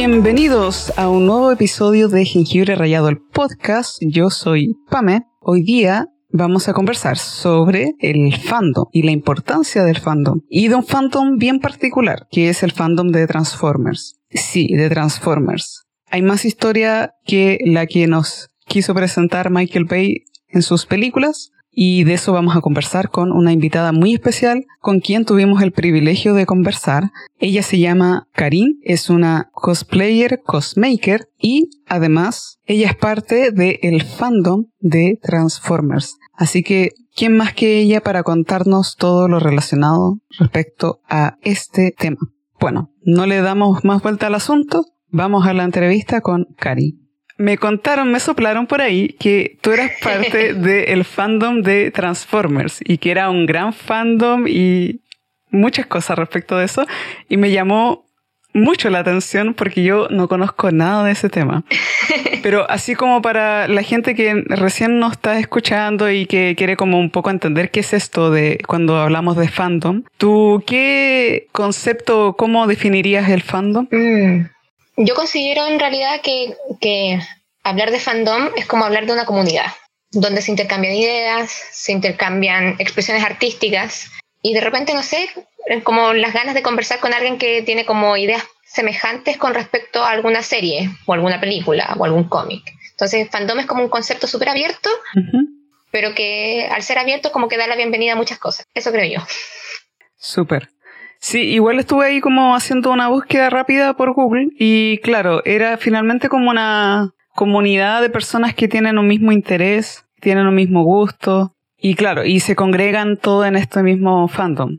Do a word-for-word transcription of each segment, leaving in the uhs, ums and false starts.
Bienvenidos a un nuevo episodio de Jengibre Rallado, el podcast. Yo soy Pame. Hoy día vamos a conversar sobre el fandom y la importancia del fandom. Y de un fandom bien particular, que es el fandom de Transformers. Sí, de Transformers. Hay más historia que la que nos quiso presentar Michael Bay en sus películas. Y de eso vamos a conversar con una invitada muy especial con quien tuvimos el privilegio de conversar. Ella se llama Karin, es una cosplayer, cosmaker y además ella es parte del fandom de Transformers. Así que, ¿quién más que ella para contarnos todo lo relacionado respecto a este tema? Bueno, no le damos más vuelta al asunto, vamos a la entrevista con Karin. Me contaron, me soplaron por ahí que tú eras parte del fandom de Transformers y que era un gran fandom y muchas cosas respecto de eso. Y me llamó mucho la atención porque yo no conozco nada de ese tema. Pero así como para la gente que recién nos está escuchando y que quiere como un poco entender qué es esto de cuando hablamos de fandom, ¿tú qué concepto, cómo definirías el fandom? Mm. Yo considero en realidad que, que hablar de fandom es como hablar de una comunidad, donde se intercambian ideas, se intercambian expresiones artísticas y de repente, no sé, como las ganas de conversar con alguien que tiene como ideas semejantes con respecto a alguna serie o alguna película o algún cómic. Entonces, fandom es como un concepto súper abierto, uh-huh. pero que al ser abierto como que da la bienvenida a muchas cosas. Eso creo yo. Súper. Sí, igual estuve ahí como haciendo una búsqueda rápida por Google y claro, era finalmente como una comunidad de personas que tienen un mismo interés, tienen un mismo gusto y claro, y se congregan todo en este mismo fandom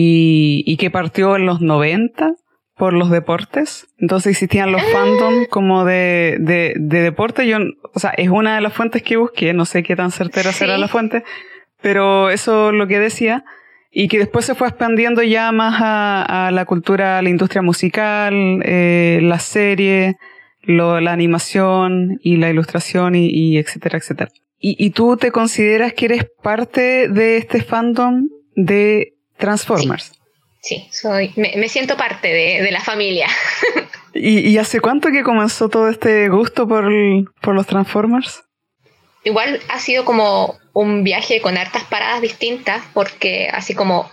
y, y que partió en los noventa por los deportes. Entonces existían los fandom como de, de, de deporte. Yo, o sea, es una de las fuentes que busqué, no sé qué tan certera sí. será la fuente, pero eso es lo que decía. Y que después se fue expandiendo ya más a, a la cultura, a la industria musical, eh, la serie, lo, la animación y la ilustración y, y etcétera, etcétera. ¿Y, ¿Y tú te consideras que eres parte de este fandom de Transformers? Sí, sí soy, me, me siento parte de, de la familia. ¿Y, ¿Y hace cuánto que comenzó todo este gusto por, por los Transformers? Igual ha sido como un viaje con hartas paradas distintas porque así como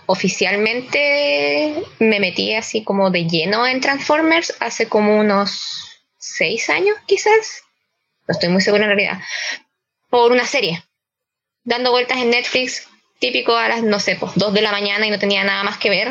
oficialmente me metí así como de lleno en Transformers hace como unos seis años quizás, no estoy muy segura en realidad, por una serie, dando vueltas en Netflix, típico a las, no sé, pues dos de la mañana y no tenía nada más que ver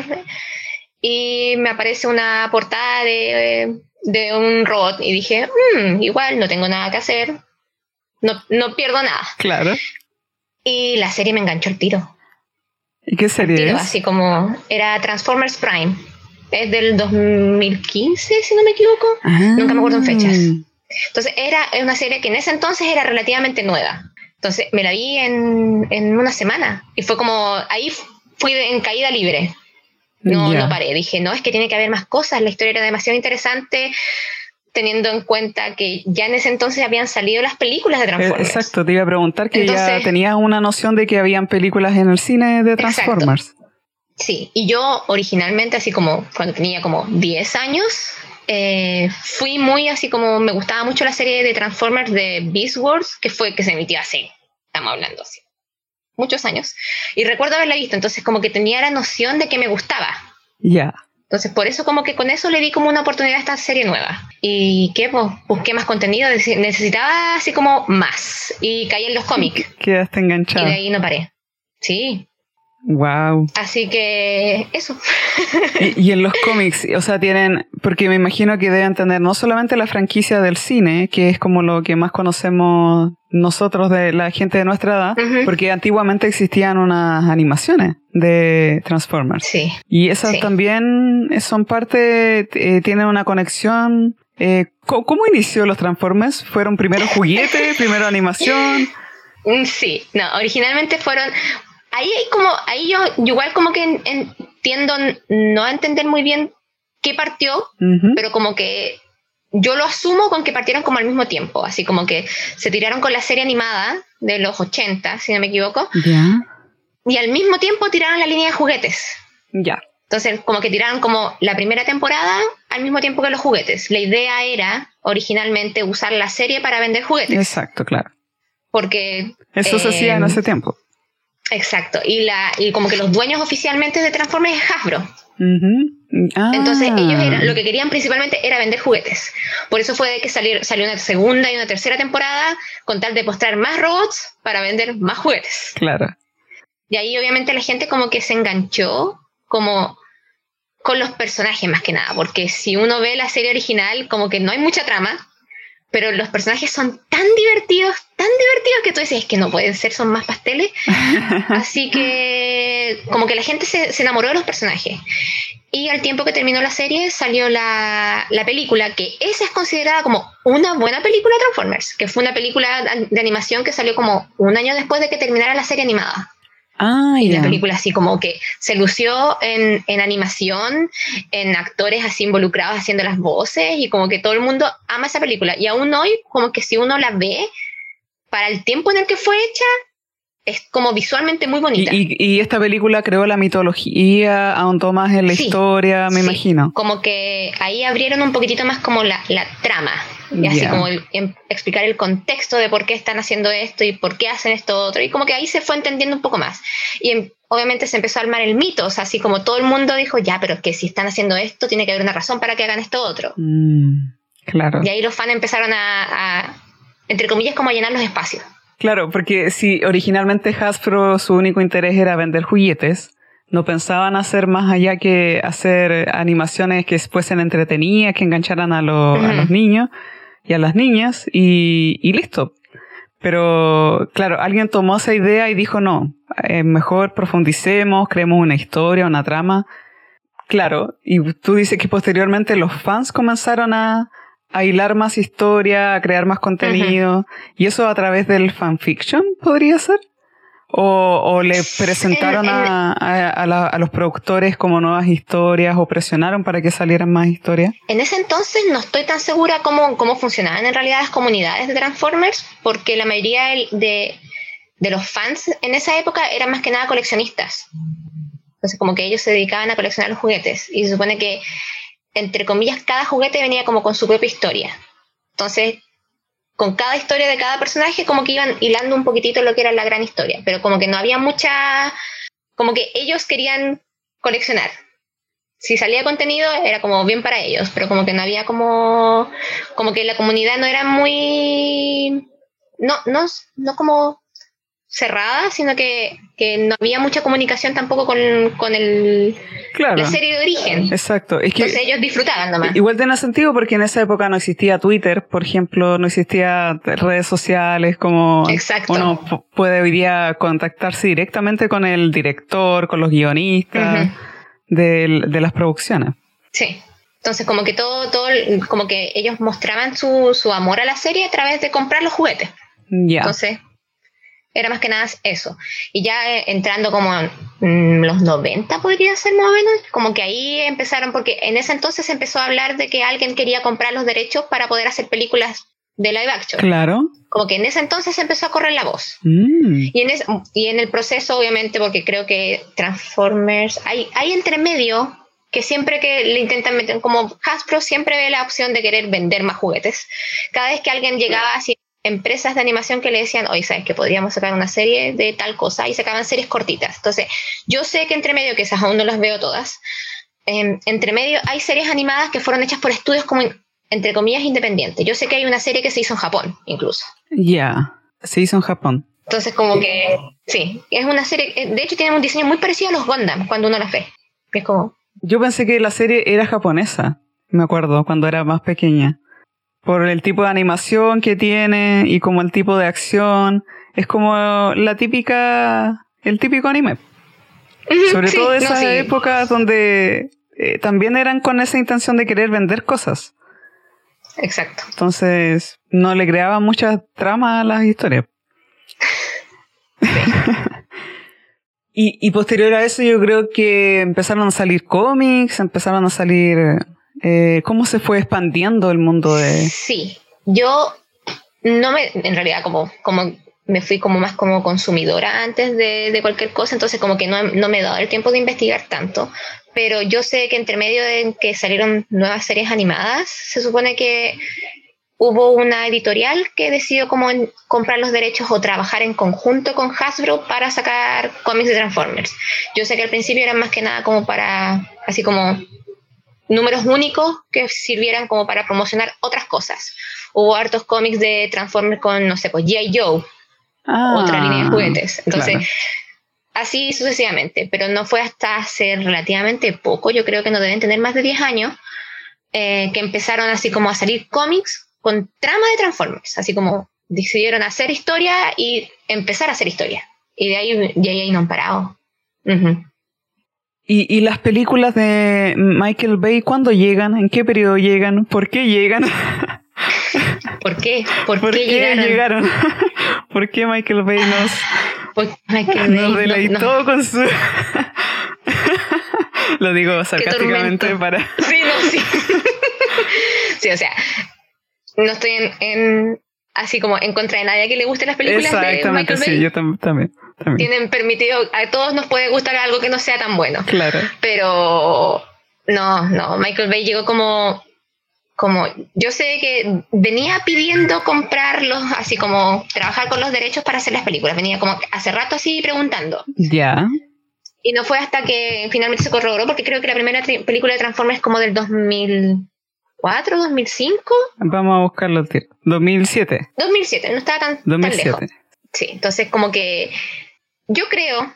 y me aparece una portada de, de un robot y dije, mmm, igual no tengo nada que hacer. No, no pierdo nada. Claro. Y la serie me enganchó al tiro. ¿Y qué serie tiro, es? Así como era Transformers Prime. Es del dos mil quince, si no me equivoco. Ah. Nunca me acuerdo en fechas. Entonces era una serie que en ese entonces era relativamente nueva. Entonces me la vi en, en una semana. Y fue como, ahí fui en caída libre. No, yeah. no paré. Dije, no, es que tiene que haber más cosas. La historia era demasiado interesante, teniendo en cuenta que ya en ese entonces habían salido las películas de Transformers. Exacto, te iba a preguntar que entonces, ya tenías una noción de que habían películas en el cine de Transformers. Exacto. Sí, y yo originalmente, así como cuando tenía como diez años, eh, fui muy así como, me gustaba mucho la serie de Transformers de Beast Wars, que fue que se emitió hace, estamos hablando así, muchos años. Y recuerdo haberla visto, entonces como que tenía la noción de que me gustaba. Ya. Yeah. Entonces, por eso como que con eso le di como una oportunidad a esta serie nueva. ¿Y qué? Pues busqué más contenido, necesitaba así como más. Y caí en los cómics. Quedaste enganchado. Y de ahí no paré. Sí. Wow. Así que eso. Y, y en los cómics, o sea, tienen, porque me imagino que deben tener no solamente la franquicia del cine, que es como lo que más conocemos nosotros de la gente de nuestra edad, uh-huh. porque antiguamente existían unas animaciones de Transformers. Sí. Y esas sí. también son parte, eh, tienen una conexión. Eh, ¿cómo, ¿Cómo inició los Transformers? ¿Fueron primero juguetes, primero animación? Sí, no, originalmente fueron... Ahí como ahí yo, yo igual como que en, en, tiendo no a entender muy bien qué partió, uh-huh. pero como que yo lo asumo con que partieron como al mismo tiempo, así como que se tiraron con la serie animada de los ochenta, si no me equivoco, yeah. y al mismo tiempo tiraron la línea de juguetes. Ya. Yeah. Entonces, como que tiraron como la primera temporada al mismo tiempo que los juguetes. La idea era originalmente usar la serie para vender juguetes. Exacto, claro. Porque... Eso eh, se hacía en ese tiempo. Exacto. Y, la, y como que los dueños oficialmente de Transformers es Hasbro. Uh-huh. Ah. Entonces, ellos eran, lo que querían principalmente era vender juguetes. Por eso fue que salir, salió una segunda y una tercera temporada con tal de mostrar más robots para vender más juguetes. Claro. Y ahí obviamente la gente como que se enganchó como con los personajes más que nada, porque si uno ve la serie original como que no hay mucha trama, pero los personajes son tan divertidos, tan divertidos que tú dices, es que no pueden ser, son más pasteles. Así que como que la gente se, se enamoró de los personajes. Y al tiempo que terminó la serie salió la, la película, que esa es considerada como una buena película de Transformers, que fue una película de animación que salió como un año después de que terminara la serie animada. Ah, y yeah. La película así como que se lució en, en animación, en actores así involucrados haciendo las voces, y como que todo el mundo ama esa película. Y aún hoy, como que si uno la ve, para el tiempo en el que fue hecha, es como visualmente muy bonita. Y, y, y esta película creó la mitología, ahondó más en la sí, historia, me sí. imagino. Como que ahí abrieron un poquitito más como la, la trama. Y así yeah. como el, en, explicar el contexto de por qué están haciendo esto y por qué hacen esto otro. Y como que ahí se fue entendiendo un poco más. Y en, obviamente se empezó a armar el mito. O sea, así como todo el mundo dijo, ya, pero es que si están haciendo esto, tiene que haber una razón para que hagan esto otro. Mm, claro. Y ahí los fans empezaron a, a, entre comillas, como a llenar los espacios. Claro, porque si originalmente Hasbro su único interés era vender juguetes, no pensaban hacer más allá que hacer animaciones que fuesen entretenidas, que engancharan a, lo, uh-huh. a los niños y a las niñas, y, y listo. Pero, claro, alguien tomó esa idea y dijo, no, eh, mejor profundicemos, creemos una historia, una trama. Claro, y tú dices que posteriormente los fans comenzaron a... a hilar más historia, a crear más contenido, uh-huh. y eso a través del fanfiction, ¿podría ser? ¿O, o le presentaron en, en, a, a, a, la, a los productores como nuevas historias, o presionaron para que salieran más historias? En ese entonces no estoy tan segura cómo, cómo funcionaban en realidad las comunidades de Transformers, porque la mayoría de, de los fans en esa época eran más que nada coleccionistas. Entonces como que ellos se dedicaban a coleccionar los juguetes, y se supone que entre comillas, cada juguete venía como con su propia historia. Entonces, con cada historia de cada personaje, como que iban hilando un poquitito lo que era la gran historia. Pero como que no había mucha... Como que ellos querían coleccionar. Si salía contenido, era como bien para ellos. Pero como que no había como... Como que la comunidad no era muy... No, no, no como cerrada, sino que, que no había mucha comunicación tampoco con, con el, claro. la serie de origen. Exacto. Es que entonces ellos disfrutaban nomás. Igual tiene sentido porque en esa época no existía Twitter, por ejemplo, no existía redes sociales como Exacto. uno p- puede hoy día contactarse directamente con el director, con los guionistas uh-huh. de, de las producciones. Sí. Entonces como que todo, todo como que ellos mostraban su, su amor a la serie a través de comprar los juguetes. Ya. Yeah. Entonces era más que nada eso. Y ya eh, entrando como en mmm, los noventa podría ser más o menos, como que ahí empezaron, porque en ese entonces se empezó a hablar de que alguien quería comprar los derechos para poder hacer películas de live action. Claro. Como que en ese entonces se empezó a correr la voz. Mm. Y, en es, y en el proceso, obviamente, porque creo que Transformers, hay, hay entre medio que siempre que le intentan meter, como Hasbro siempre ve la opción de querer vender más juguetes. Cada vez que alguien llegaba así, empresas de animación que le decían, oye, ¿sabes que podríamos sacar una serie de tal cosa? Y sacaban series cortitas. Entonces, yo sé que entre medio, que esas aún no las veo todas, eh, entre medio hay series animadas que fueron hechas por estudios como, entre comillas, independientes. Yo sé que hay una serie que se hizo en Japón, incluso. Ya, yeah, se hizo en Japón. Entonces, como que, sí, es una serie, de hecho tiene un diseño muy parecido a los Gundam, cuando uno las ve. Es como... Yo pensé que la serie era japonesa, me acuerdo, cuando era más pequeña. Por el tipo de animación que tiene y como el tipo de acción. Es como la típica, el típico anime. Uh-huh, Sobre sí, todo esas no, sí. épocas donde eh, también eran con esa intención de querer vender cosas. Exacto. Entonces no le creaban mucha trama a las historias. Sí. y, y posterior a eso yo creo que empezaron a salir cómics, empezaron a salir... Eh, ¿Cómo se fue expandiendo el mundo de...? Sí, yo no me... En realidad, como, como me fui como más como consumidora antes de, de cualquier cosa, entonces como que no, no me he dado el tiempo de investigar tanto, pero yo sé que entre medio de que salieron nuevas series animadas, se supone que hubo una editorial que decidió como en comprar los derechos o trabajar en conjunto con Hasbro para sacar cómics de Transformers. Yo sé que al principio eran más que nada como para, así como números únicos que sirvieran como para promocionar otras cosas. Hubo hartos cómics de Transformers con, no sé, pues G I. Joe, ah, otra línea de juguetes. Entonces, claro, así sucesivamente. Pero no fue hasta hace relativamente poco, yo creo que no deben tener más de diez años, eh, que empezaron así como a salir cómics con trama de Transformers. Así como decidieron hacer historia y empezar a hacer historia. Y de ahí, de ahí no han parado. Uh-huh. ¿Y, ¿Y las películas de Michael Bay cuándo llegan? ¿En qué periodo llegan? ¿Por qué llegan? ¿Por qué? ¿Por, ¿Por qué, qué llegaron? llegaron? ¿Por qué Michael Bay nos, Michael Bay nos deleitó no, no. con su... Lo digo sarcásticamente para... Sí, no, sí. Sí, o sea, no estoy en, en así como en contra de nadie que le guste las películas de Michael Bay. Exactamente, sí, yo tam- también, también. Tienen permitido, a todos nos puede gustar algo que no sea tan bueno. Claro. Pero no, no, Michael Bay llegó como... como yo sé que venía pidiendo comprarlos, así como trabajar con los derechos para hacer las películas, venía como hace rato así preguntando. Ya. Yeah. Y no fue hasta que finalmente se corroboró, porque creo que la primera tri- película de Transformers es como del dos mil cuatro, dos mil cinco. Vamos a buscarlo. dos mil siete. dos mil siete, no estaba tan, dos mil siete. tan lejos. Sí, entonces como que yo creo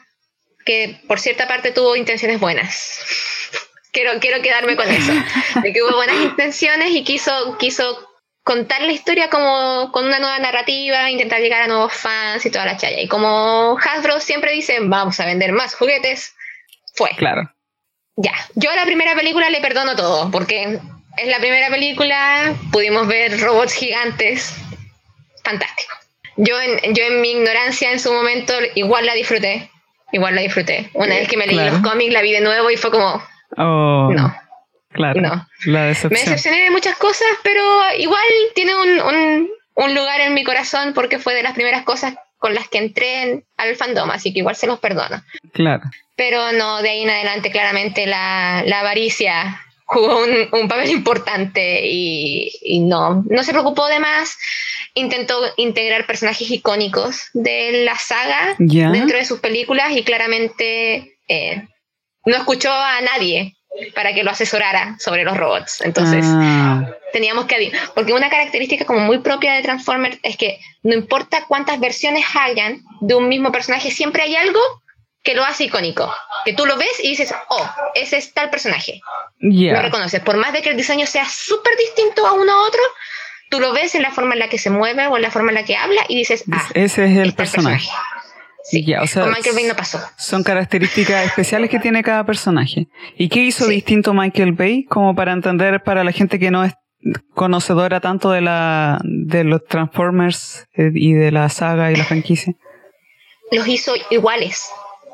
que por cierta parte tuvo intenciones buenas. Quiero, quiero quedarme con eso, de que hubo buenas intenciones y quiso, quiso contar la historia como con una nueva narrativa, intentar llegar a nuevos fans y toda la chaya. Y como Hasbro siempre dice, vamos a vender más juguetes, fue. Claro. Ya, yo a la primera película le perdono todo, porque es la primera película, pudimos ver robots gigantes, fantástico. Yo en, yo en mi ignorancia en su momento igual la disfruté, igual la disfruté. Una vez que me leí claro. los cómics, la vi de nuevo y fue como... Oh, no, claro, no. La decepción. Me decepcioné de muchas cosas, pero igual tiene un, un, un lugar en mi corazón porque fue de las primeras cosas con las que entré en, al fandom, así que igual se los perdono. Claro. Pero no, de ahí en adelante claramente la, la avaricia jugó un, un papel importante y, y no, no se preocupó de más. Intentó integrar personajes icónicos de la saga ¿Ya? dentro de sus películas y claramente... Eh, no escuchó a nadie para que lo asesorara sobre los robots. Entonces, ah. teníamos que... Porque una característica como muy propia de Transformers es que no importa cuántas versiones hayan de un mismo personaje, siempre hay algo que lo hace icónico. Que tú lo ves y dices, oh, ese es tal personaje. Yeah. Lo reconoces. Por más de que el diseño sea súper distinto a uno a otro, tú lo ves en la forma en la que se mueve o en la forma en la que habla y dices, ah, ese es el personaje. personaje. Sí, yeah, o sea, con Michael Bay no pasó. Son características especiales que tiene cada personaje. ¿Y qué hizo sí. distinto Michael Bay? Como para entender para la gente que no es conocedora tanto de la de los Transformers eh, y de la saga y la franquicia. Los hizo iguales.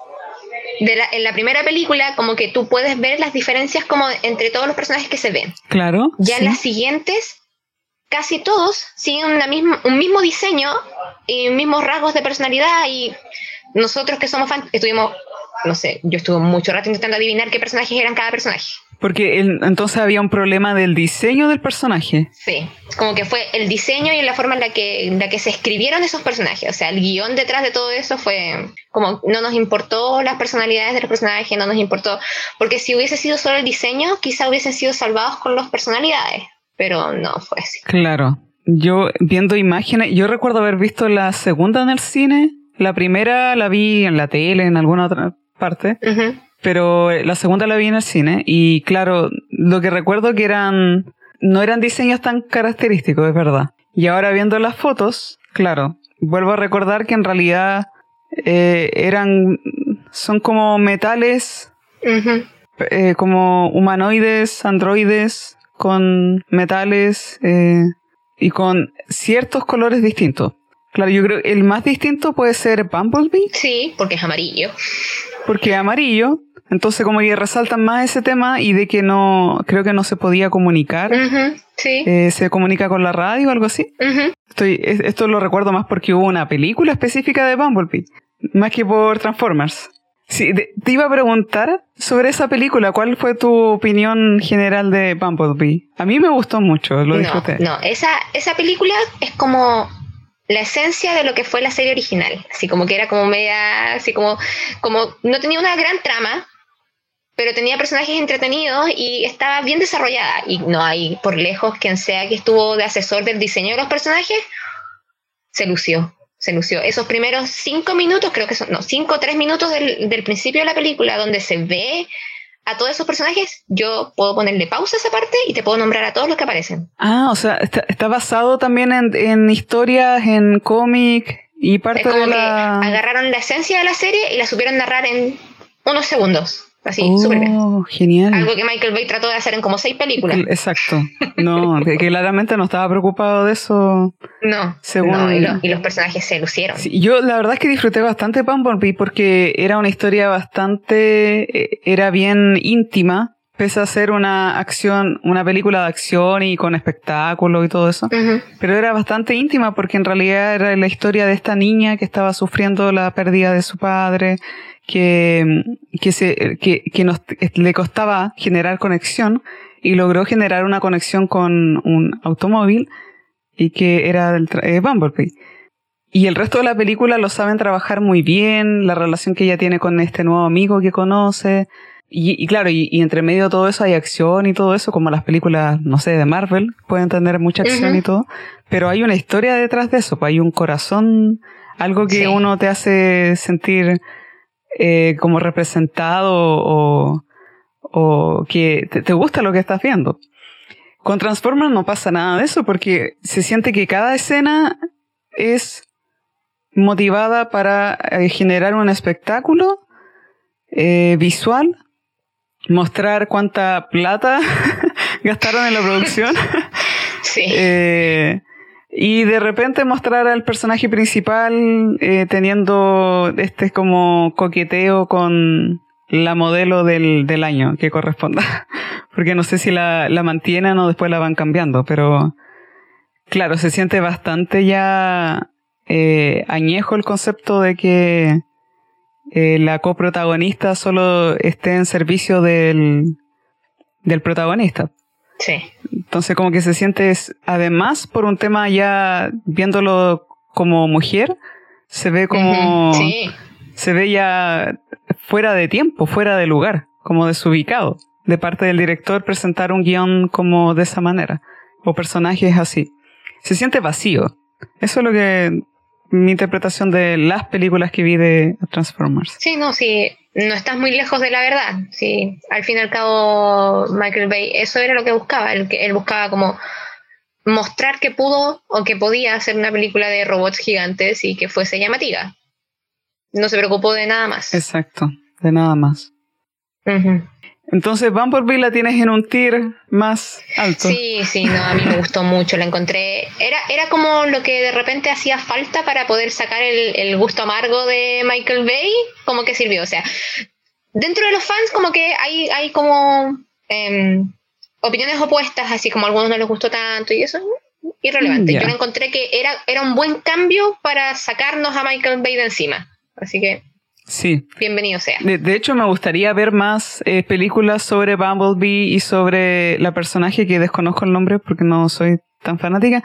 De la, en la primera película, como que tú puedes ver las diferencias como entre todos los personajes que se ven. Claro. Ya sí. en las siguientes, casi todos siguen una misma, un mismo diseño y mismos rasgos de personalidad, y nosotros que somos fans estuvimos, no sé, yo estuve mucho rato intentando adivinar qué personajes eran cada personaje. Porque el, entonces había un problema del diseño del personaje. Sí, como que fue el diseño y la forma en la que, en la que se escribieron esos personajes. O sea, el guión detrás de todo eso fue como no nos importó las personalidades de los personajes, no nos importó, porque si hubiese sido solo el diseño, quizá hubiesen sido salvados con las personalidades, pero no fue así. Claro. Yo viendo imágenes, yo recuerdo haber visto la segunda en el cine, la primera la vi en la tele, en alguna otra parte, uh-huh. pero la segunda la vi en el cine y claro, lo que recuerdo que eran, no eran diseños tan característicos, es verdad. Y ahora viendo las fotos, claro, vuelvo a recordar que en realidad eh, eran, son como metales, uh-huh. eh, como humanoides, androides, con metales... Eh, y con ciertos colores distintos. Claro, yo creo que el más distinto puede ser Bumblebee. Sí, porque es amarillo. Porque es amarillo, entonces como que resaltan más ese tema y de que no, creo que no se podía comunicar. Uh-huh, sí. Eh, se comunica con la radio o algo así. Uh-huh. Estoy, esto lo recuerdo más porque hubo una película específica de Bumblebee, más que por Transformers. Sí, de, te iba a preguntar sobre esa película, ¿cuál fue tu opinión general de Bumblebee? A mí me gustó mucho, lo disfruté. No, no, esa, esa película es como la esencia de lo que fue la serie original, así como que era como media, así como, como no tenía una gran trama, pero tenía personajes entretenidos y estaba bien desarrollada, y no hay por lejos quien sea que estuvo de asesor del diseño de los personajes, se lució, se lució. Esos primeros cinco minutos, creo que son, no, cinco o tres minutos del, del principio de la película, donde se ve a todos esos personajes, yo puedo ponerle pausa a esa parte y te puedo nombrar a todos los que aparecen. Ah, o sea, está, está basado también en, en historias, en cómic y parte es como de la... que agarraron la esencia de la serie y la supieron narrar en unos segundos. Así, oh, súper bien. Genial. Algo que Michael Bay trató de hacer en como seis películas. Exacto. No, que, que claramente no estaba preocupado de eso. No, según... no y, lo, y los personajes se lucieron. Sí, yo la verdad es que disfruté bastante Bumblebee porque era una historia bastante... Era bien íntima, pese a ser una acción, una película de acción y con espectáculo y todo eso. Uh-huh. Pero era bastante íntima porque en realidad era la historia de esta niña que estaba sufriendo la pérdida de su padre, que, que, se, que, que nos, le costaba generar conexión y logró generar una conexión con un automóvil y que era el eh, Bumblebee. Y el resto de la película lo saben trabajar muy bien, la relación que ella tiene con este nuevo amigo que conoce. Y, y claro, y, y entre medio de todo eso hay acción y todo eso, como las películas, no sé, de Marvel, pueden tener mucha acción uh-huh. y todo. Pero hay una historia detrás de eso, pues hay un corazón, algo que sí. uno te hace sentir... Eh, como representado o, o que te, te gusta lo que estás viendo. Con Transformers no pasa nada de eso porque se siente que cada escena es motivada para eh, generar un espectáculo eh, visual, mostrar cuánta plata gastaron en la producción. Sí. eh, Y de repente mostrar al personaje principal eh, teniendo este como coqueteo con la modelo del, del año que corresponda. Porque no sé si la, la mantienen o después la van cambiando, pero claro, se siente bastante ya eh, añejo el concepto de que eh, la coprotagonista solo esté en servicio del, del protagonista. Sí. Entonces como que se siente, además por un tema ya viéndolo como mujer, se ve como... Uh-huh. Sí. Se ve ya fuera de tiempo, fuera de lugar, como desubicado, de parte del director presentar un guión como de esa manera, o personajes así. Se siente vacío. Eso es lo que... mi interpretación de las películas que vi de Transformers. Sí, no, sí... No estás muy lejos de la verdad. Sí, al fin y al cabo, Michael Bay, eso era lo que buscaba. Él, él buscaba como mostrar que pudo o que podía hacer una película de robots gigantes y que fuese llamativa. No se preocupó de nada más. Exacto, de nada más. Uh-huh. Entonces, Bumblebee la tienes en un tier más alto. Sí, sí, no, a mí me gustó mucho, la encontré... Era, era como lo que de repente hacía falta para poder sacar el, el gusto amargo de Michael Bay, como que sirvió. O sea, dentro de los fans como que hay, hay como eh, opiniones opuestas, así como a algunos no les gustó tanto y eso es irrelevante. Yeah. Yo encontré que era, era un buen cambio para sacarnos a Michael Bay de encima. Así que... Sí. Bienvenido sea. De, de hecho, me gustaría ver más eh, películas sobre Bumblebee y sobre la personaje que desconozco el nombre porque no soy tan fanática,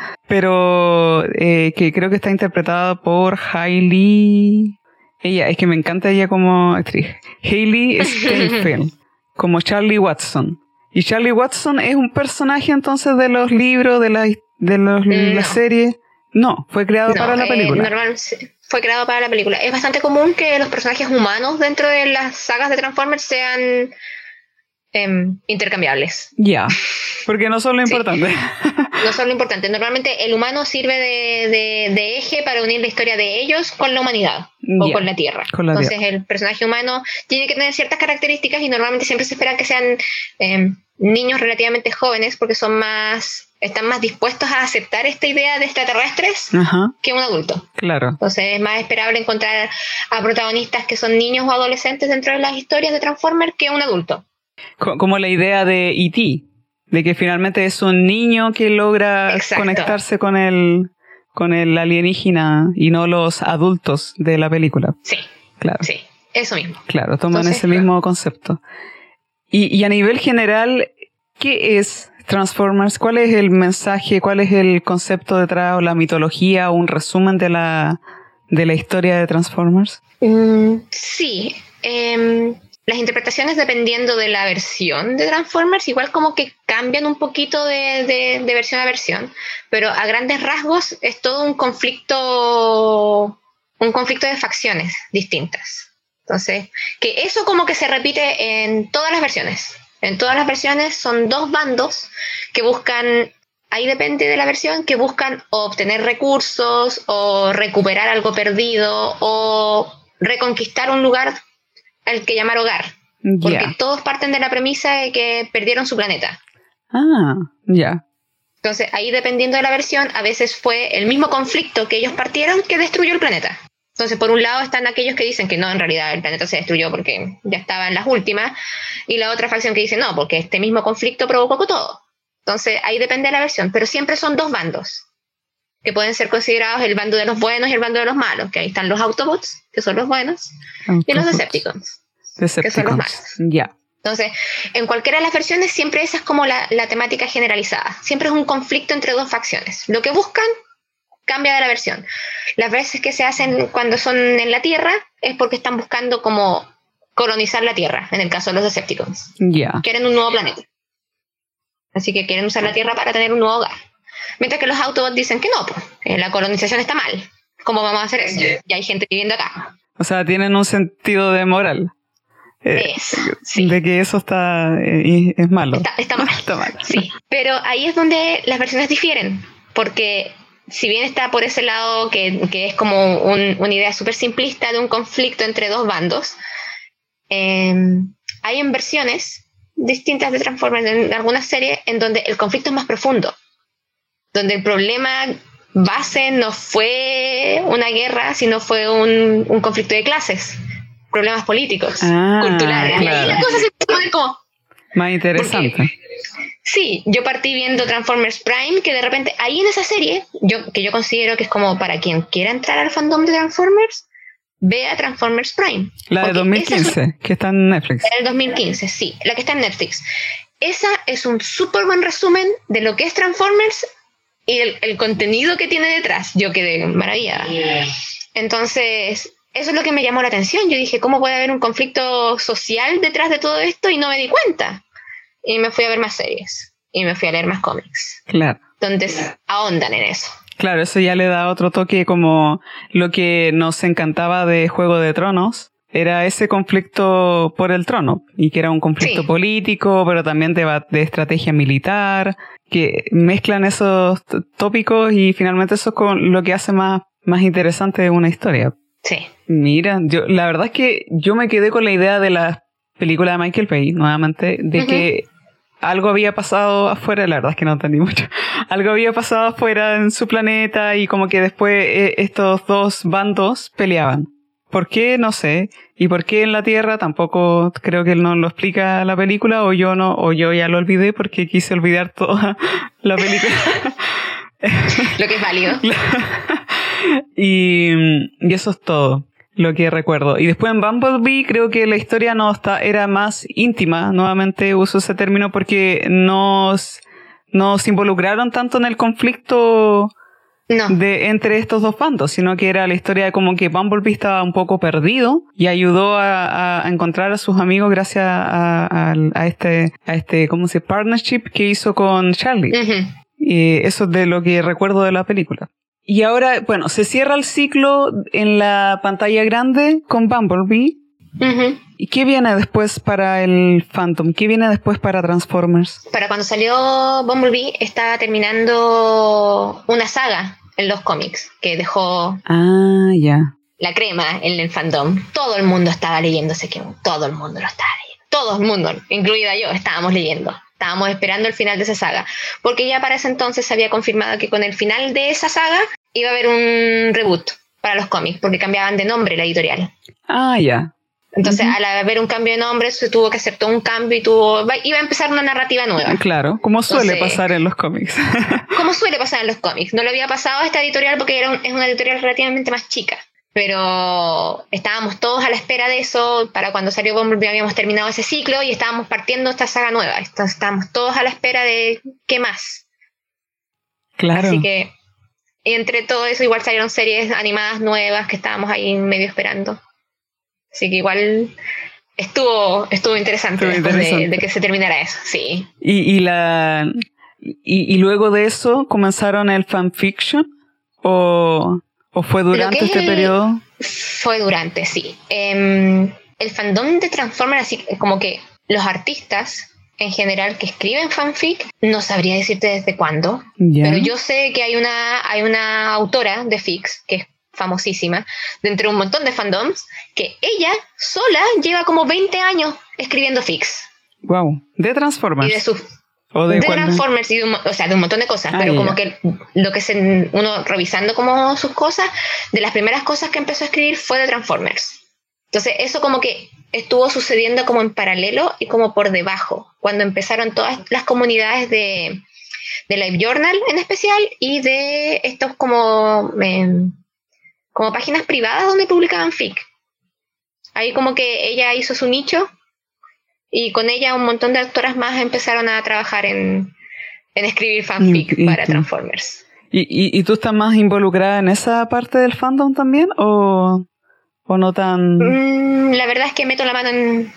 pero eh, que creo que está interpretada por Hailey... Ella, es que me encanta ella como actriz. Hailee Steinfeld, como Charlie Watson. Y Charlie Watson es un personaje entonces de los libros, de la, de los, no. la serie... No, fue creado no, para la película. Eh, normal, fue creado para la película. Es bastante común que los personajes humanos dentro de las sagas de Transformers sean eh, intercambiables. Ya, yeah, porque no son lo importante. Sí. No son lo importante. Normalmente el humano sirve de, de, de eje para unir la historia de ellos con la humanidad o yeah, con la Tierra. Con la Entonces tierra. El personaje humano tiene que tener ciertas características y normalmente siempre se espera que sean eh, niños relativamente jóvenes porque son más... están más dispuestos a aceptar esta idea de extraterrestres Ajá. que un adulto. Claro. Entonces es más esperable encontrar a protagonistas que son niños o adolescentes dentro de las historias de Transformers que un adulto. Como la idea de E T, de que finalmente es un niño que logra Exacto. conectarse con el, con el alienígena y no los adultos de la película. Sí, claro. Sí, eso mismo. Claro, toman Entonces, ese mismo concepto. Y, y a nivel general, ¿qué es Transformers? ¿Cuál es el mensaje? ¿Cuál es el concepto detrás o la mitología o un resumen de la, de la historia de Transformers? Mm, sí, eh, las interpretaciones dependiendo de la versión de Transformers igual como que cambian un poquito de, de, de versión a versión, pero a grandes rasgos es todo un conflicto, un conflicto de facciones distintas. Entonces, que eso como que se repite en todas las versiones. En todas las versiones son dos bandos que buscan, ahí depende de la versión, que buscan obtener recursos o recuperar algo perdido o reconquistar un lugar al que llamar hogar. Porque Yeah. todos parten de la premisa de que perdieron su planeta. Ah, ya. Yeah. Entonces, ahí dependiendo de la versión, a veces fue el mismo conflicto que ellos partieron que destruyó el planeta. Entonces, por un lado están aquellos que dicen que no, en realidad el planeta se destruyó porque ya estaba en las últimas, y la otra facción que dice no, porque este mismo conflicto provocó todo. Entonces, ahí depende de la versión, pero siempre son dos bandos, que pueden ser considerados el bando de los buenos y el bando de los malos, que ahí están los Autobots, que son los buenos, Autobots. Y los Decepticons, Decepticons, que son los malos. Ya. Yeah. Entonces, en cualquiera de las versiones siempre esa es como la, la temática generalizada. Siempre es un conflicto entre dos facciones. Lo que buscan cambia de la versión. Las veces que se hacen cuando son en la Tierra es porque están buscando como colonizar la Tierra, en el caso de los Decepticons. Yeah. Quieren un nuevo planeta. Así que quieren usar la Tierra para tener un nuevo hogar. Mientras que los Autobots dicen que no, pues, eh, la colonización está mal. ¿Cómo vamos a hacer eso? Ya hay gente viviendo acá. O sea, tienen un sentido de moral. Eh, es, sí. De que eso está eh, es malo. Está, está mal. Está mal. Sí, pero ahí es donde las versiones difieren, porque si bien está por ese lado que, que es como un, una idea súper simplista de un conflicto entre dos bandos, eh, hay en versiones distintas de Transformers, en algunas series, en donde el conflicto es más profundo, donde el problema base no fue una guerra, sino fue un, un conflicto de clases, problemas políticos, ah, culturales. Claro. Y ahí la cosa se pone como... Más interesante. Porque, sí, yo partí viendo Transformers Prime, que de repente ahí en esa serie, yo que yo considero que es como para quien quiera entrar al fandom de Transformers, vea Transformers Prime. La de dos mil quince, es, que está en Netflix. La del dos mil quince, sí, la que está en Netflix. Esa es un súper buen resumen de lo que es Transformers y el, el contenido que tiene detrás. Yo quedé maravillada. Entonces, eso es lo que me llamó la atención. Yo dije, ¿cómo puede haber un conflicto social detrás de todo esto? Y no me di cuenta. Y me fui a ver más series. Y me fui a leer más cómics. Claro. Entonces, ahondan en eso. Claro, eso ya le da otro toque, como lo que nos encantaba de Juego de Tronos. Era ese conflicto por el trono. Y que era un conflicto sí. político, pero también de, de estrategia militar. Que mezclan esos tópicos y finalmente eso es con lo que hace más, más interesante una historia. Sí. Mira, yo, la verdad es que yo me quedé con la idea de la película de Michael Bay, nuevamente, de uh-huh. que algo había pasado afuera, la verdad es que no entendí mucho, algo había pasado afuera en su planeta y como que después eh, estos dos bandos peleaban. ¿Por qué? No sé. ¿Y por qué en la Tierra? Tampoco creo que él nos lo explica la película, o yo no, o yo ya lo olvidé porque quise olvidar toda la película. Lo que es válido. y, y eso es todo lo que recuerdo. Y después en Bumblebee creo que la historia no está, era más íntima. Nuevamente uso ese término porque nos, nos involucraron tanto en el conflicto no. de entre estos dos bandos, sino que era la historia de como que Bumblebee estaba un poco perdido y ayudó a, a encontrar a sus amigos gracias a, a, a este, a este, ¿cómo se dice? Partnership que hizo con Charlie. Uh-huh. Y eso es de lo que recuerdo de la película. Y ahora, bueno, se cierra el ciclo en la pantalla grande con Bumblebee. Uh-huh. ¿Y qué viene después para el Phantom? ¿Qué viene después para Transformers? Para cuando salió Bumblebee estaba terminando una saga en los cómics que dejó ah, ya. la crema en el fandom. Todo el mundo estaba leyendo ese que todo el mundo lo estaba leyendo. Todo el mundo, incluida yo, estábamos leyendo. estábamos esperando el final de esa saga, porque ya para ese entonces se había confirmado que con el final de esa saga iba a haber un reboot para los cómics, porque cambiaban de nombre la editorial. Ah, ya. Entonces, Uh-huh. al haber un cambio de nombre, se tuvo que hacer todo un cambio y tuvo, iba a empezar una narrativa nueva. Claro, como suele Entonces, pasar en los cómics. como suele pasar en los cómics. No le había pasado a esta editorial porque era un, es una editorial relativamente más chica. Pero estábamos todos a la espera de eso. Para cuando salió Bumblebee habíamos terminado ese ciclo y estábamos partiendo esta saga nueva. Entonces, estábamos todos a la espera de qué más. Claro. Así que, y entre todo eso, igual salieron series animadas nuevas que estábamos ahí medio esperando. Así que igual estuvo estuvo interesante estuvo después interesante. De, de que se terminara eso, sí. Y, y la y, y luego de eso comenzaron el fanfiction o, o fue durante este el, periodo. Fue durante, sí. Eh, el fandom de Transformers, así como que los artistas en general que escriben fanfic, no sabría decirte desde cuándo, Yeah. pero yo sé que hay una hay una autora de fics que es famosísima, dentro de un montón de fandoms, que ella sola lleva como veinte años escribiendo fics. Wow, de Transformers. Y de sus o de, de Transformers y de un, o sea, de un montón de cosas, ah, pero yeah. como que lo que se, uno revisando como sus cosas, de las primeras cosas que empezó a escribir fue de Transformers. Entonces eso como que estuvo sucediendo como en paralelo y como por debajo, cuando empezaron todas las comunidades de, de Live Journal en especial y de estos como... Eh, como páginas privadas donde publicaban fic. Ahí como que ella hizo su nicho y con ella un montón de autoras más empezaron a trabajar en, en escribir fanfic y, y, para Transformers. ¿Y, y, ¿Y tú estás más involucrada en esa parte del fandom también o, o no tan...? Mm, la verdad es que meto la mano en,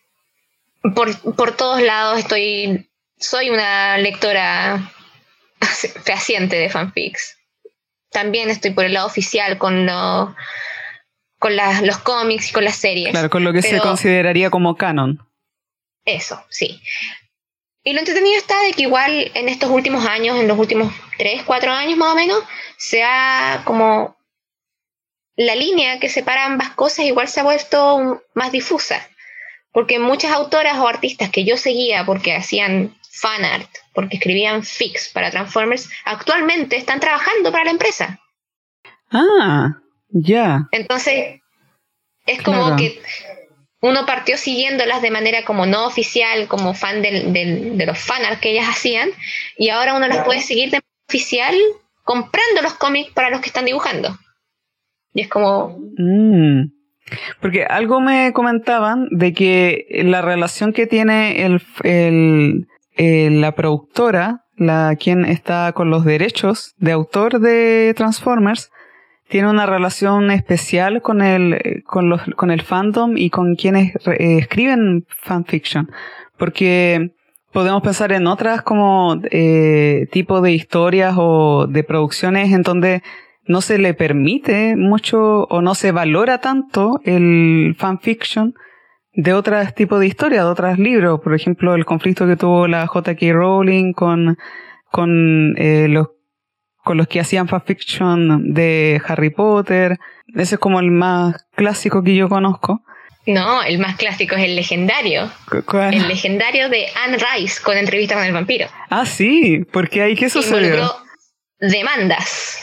por, por todos lados. Estoy, soy una lectora fehaciente de fanfics. También estoy por el lado oficial con, lo, con la, los cómics y con las series. Claro, con lo que se consideraría como canon. Eso, sí. Y lo entretenido está de que igual en estos últimos años, en los últimos tres, cuatro años más o menos, se ha como... La línea que separa ambas cosas igual se ha vuelto más difusa. Porque muchas autoras o artistas que yo seguía porque hacían fanart, porque escribían fics para Transformers, actualmente están trabajando para la empresa. Ah, ya. Yeah. Entonces, es como claro. que uno partió siguiéndolas de manera como no oficial, como fan del, del, de los fanart que ellas hacían, y ahora uno las puede seguir de manera oficial comprando los cómics para los que están dibujando. Y es como... Mm. Porque algo me comentaban de que la relación que tiene el... el Eh, la productora, la quien está con los derechos de autor de Transformers, tiene una relación especial con el, con los, con el fandom y con quienes eh, escriben fanfiction. Porque podemos pensar en otras como eh, tipo de historias o de producciones en donde no se le permite mucho o no se valora tanto el fanfiction de otros tipos de historias, de otros libros. Por ejemplo, el conflicto que tuvo la J K Rowling con, con, eh, los, con los que hacían fanfiction de Harry Potter. Ese es como el más clásico que yo conozco. No, el más clásico es el legendario. ¿Cuál? El legendario de Anne Rice con Entrevista con el vampiro. Ah, sí, porque ahí ¿qué sucedió? Involucró demandas.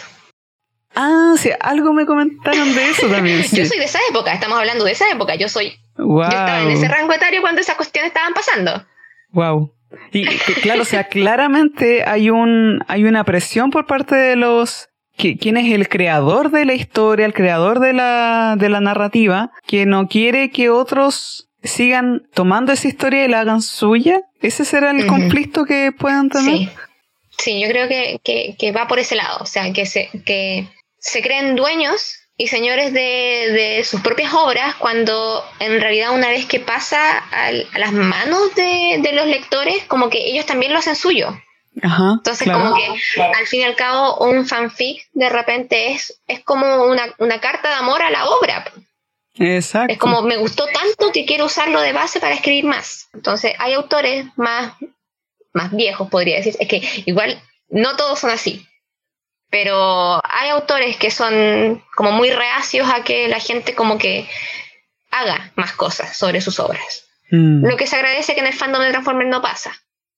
Ah, sí, algo me comentaron de eso también. Sí. Yo soy de esa época, estamos hablando de esa época. Yo soy, wow. Yo estaba en ese rango etario cuando esas cuestiones estaban pasando. Wow. Y claro, o sea, claramente hay un hay una presión por parte de los que, quién es el creador de la historia, el creador de la de la narrativa, que no quiere que otros sigan tomando esa historia y la hagan suya. Ese será el uh-huh. conflicto que puedan tener. Sí, sí, yo creo que, que, que va por ese lado, o sea, que se que se creen dueños y señores de, de sus propias obras, cuando en realidad una vez que pasa a, a las manos de, de los lectores, como que ellos también lo hacen suyo. Ajá, Entonces claro. como que al fin y al cabo un fanfic de repente es, es como una, una carta de amor a la obra. Exacto. Es como me gustó tanto que quiero usarlo de base para escribir más. Entonces hay autores más, más viejos, podría decir. Es que igual no todos son así. Pero hay autores que son como muy reacios a que la gente como que haga más cosas sobre sus obras. Mm. Lo que se agradece que en el fandom de Transformers no pasa.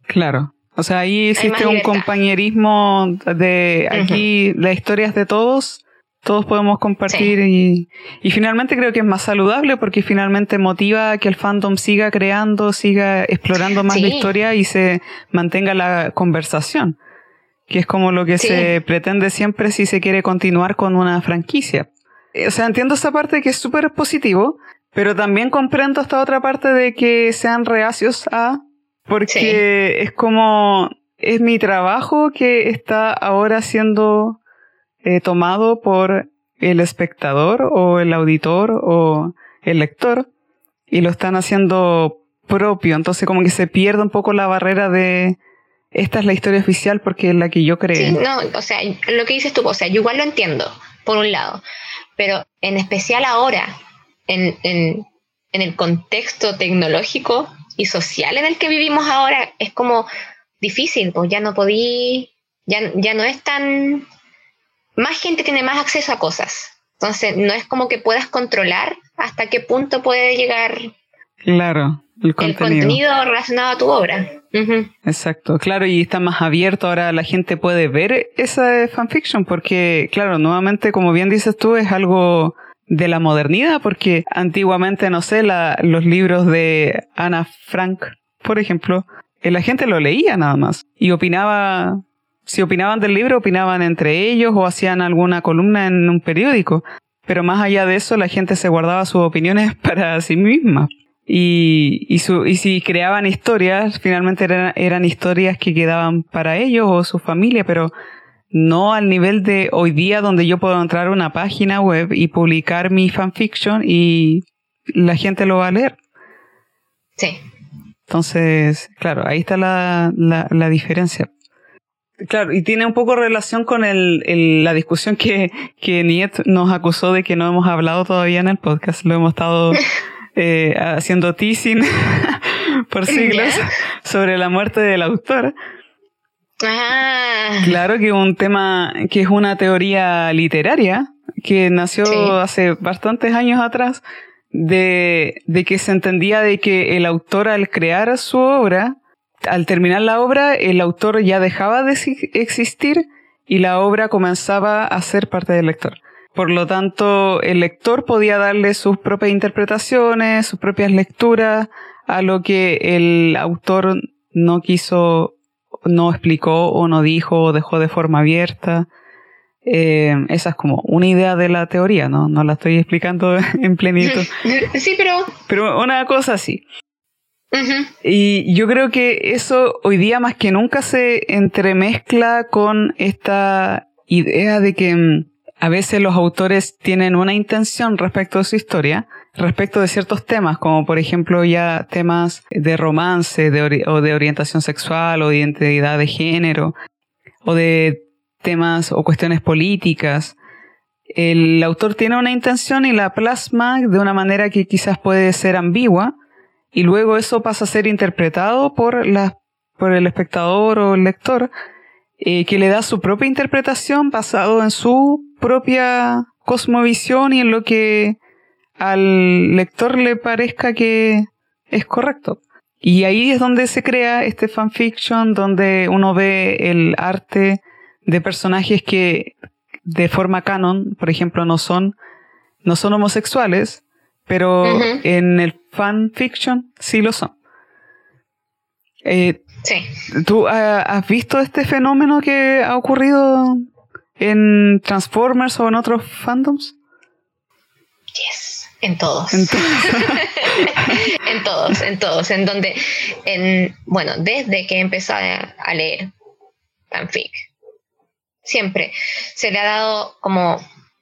Claro. O sea, ahí existe un libertad. compañerismo de aquí, uh-huh. La historia es de todos, todos podemos compartir sí. y, y finalmente creo que es más saludable porque finalmente motiva a que el fandom siga creando, siga explorando más sí. la historia y se mantenga la conversación, que es como lo que sí. se pretende siempre si se quiere continuar con una franquicia. O sea, entiendo esa parte que es súper positivo, pero también comprendo esta otra parte de que sean reacios a... Porque sí. es como, es mi trabajo que está ahora siendo eh, tomado por el espectador o el auditor o el lector y lo están haciendo propio. Entonces como que se pierde un poco la barrera de esta es la historia oficial porque es la que yo creé. Sí, no, o sea, lo que dices tú, o sea, yo igual lo entiendo, por un lado, pero en especial ahora, en, en, en el contexto tecnológico y social en el que vivimos ahora, es como difícil, pues ya no podí, ya, ya no es tan... Más gente tiene más acceso a cosas, entonces no es como que puedas controlar hasta qué punto puede llegar claro, el contenido, el contenido relacionado a tu obra. Uh-huh. Exacto, claro, y está más abierto, ahora la gente puede ver esa fanfiction porque, claro, nuevamente, como bien dices tú, es algo... de la modernidad, porque antiguamente, no sé, la, los libros de Ana Frank, por ejemplo, eh, la gente lo leía nada más y opinaba, si opinaban del libro, opinaban entre ellos o hacían alguna columna en un periódico, pero más allá de eso, la gente se guardaba sus opiniones para sí misma y, y, su, y si creaban historias, finalmente eran, eran historias que quedaban para ellos o su familia, pero no al nivel de hoy día donde yo puedo entrar a una página web y publicar mi fanfiction y la gente lo va a leer. Sí. Entonces, claro, ahí está la, la, la diferencia. Claro, y tiene un poco relación con el, el, la discusión que, que Niet nos acusó de que no hemos hablado todavía en el podcast. Lo hemos estado eh, haciendo teasing por siglos ¿Ya? sobre la muerte del autor. Ah. Claro que un tema que es una teoría literaria que nació sí. hace bastantes años atrás de, de que se entendía de que el autor al crear su obra, al terminar la obra, el autor ya dejaba de existir y la obra comenzaba a ser parte del lector. Por lo tanto, el lector podía darle sus propias interpretaciones, sus propias lecturas a lo que el autor no quiso no explicó o no dijo o dejó de forma abierta. Eh, esa es como una idea de la teoría, ¿no? No la estoy explicando en plenitud. Sí, pero... Pero una cosa así. Uh-huh. Y yo creo que eso hoy día más que nunca se entremezcla con esta idea de que mm, a veces los autores tienen una intención respecto de su historia, respecto de ciertos temas, como por ejemplo ya temas de romance de ori- o de orientación sexual o de identidad de género o de temas o cuestiones políticas. El autor tiene una intención y la plasma de una manera que quizás puede ser ambigua y luego eso pasa a ser interpretado por, la, por el espectador o el lector eh, que le da su propia interpretación basado en su propia cosmovisión y en lo que al lector le parezca que es correcto. Y ahí es donde se crea este fanfiction, donde uno ve el arte de personajes que de forma canon, por ejemplo, no son, no son homosexuales, pero uh-huh. en el fanfiction sí lo son. Eh, sí. ¿Tú uh, has visto este fenómeno que ha ocurrido en Transformers o en otros fandoms? Yes. En todos. En todos. en todos, en todos. En donde, en, bueno, desde que empecé a, a leer fanfic, siempre se le ha dado como...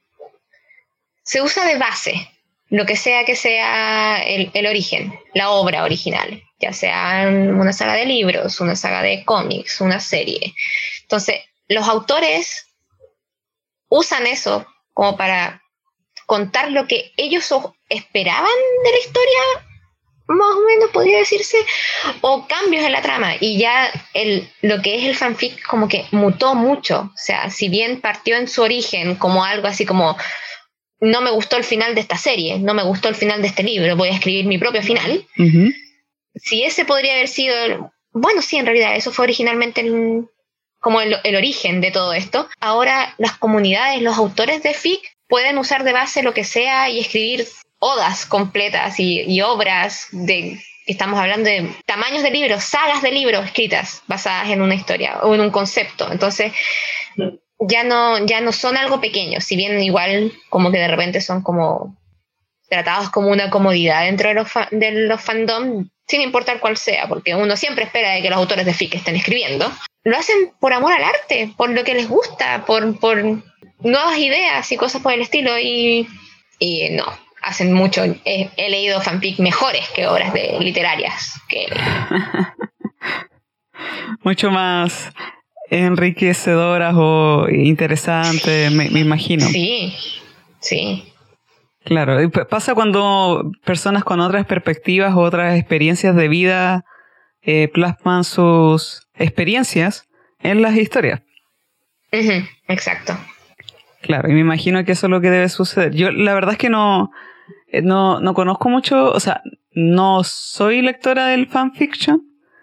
Se usa de base lo que sea que sea el, el origen, la obra original, ya sea una saga de libros, una saga de cómics, una serie. Entonces, los autores usan eso como para contar lo que ellos esperaban de la historia, más o menos podría decirse, o cambios en la trama, y ya el, lo que es el fanfic como que mutó mucho. O sea, si bien partió en su origen como algo así como no me gustó el final de esta serie, no me gustó el final de este libro, voy a escribir mi propio final, uh-huh. si ese podría haber sido bueno, sí, en realidad eso fue originalmente el, como el, el origen de todo esto. Ahora las comunidades, los autores de fic pueden usar de base lo que sea y escribir odas completas y, y obras de... Estamos hablando de tamaños de libros, sagas de libros escritas basadas en una historia o en un concepto. Entonces, ya no, ya no son algo pequeño, si bien igual como que de repente son como tratados como una comodidad dentro de los, fa- de los fandom, sin importar cuál sea, porque uno siempre espera de que los autores de fic estén escribiendo. Lo hacen por amor al arte, por lo que les gusta, por, por nuevas ideas y cosas por el estilo, y, y no. Hacen mucho. He, he leído fanfic mejores que obras de literarias que he leído. Mucho más enriquecedoras o interesantes, me, me imagino. Sí, sí. Claro, y pasa cuando personas con otras perspectivas o otras experiencias de vida eh, plasman sus experiencias en las historias. Uh-huh, exacto. Claro, y me imagino que eso es lo que debe suceder. Yo la verdad es que no... No, no conozco mucho, o sea, no soy lectora del fanfiction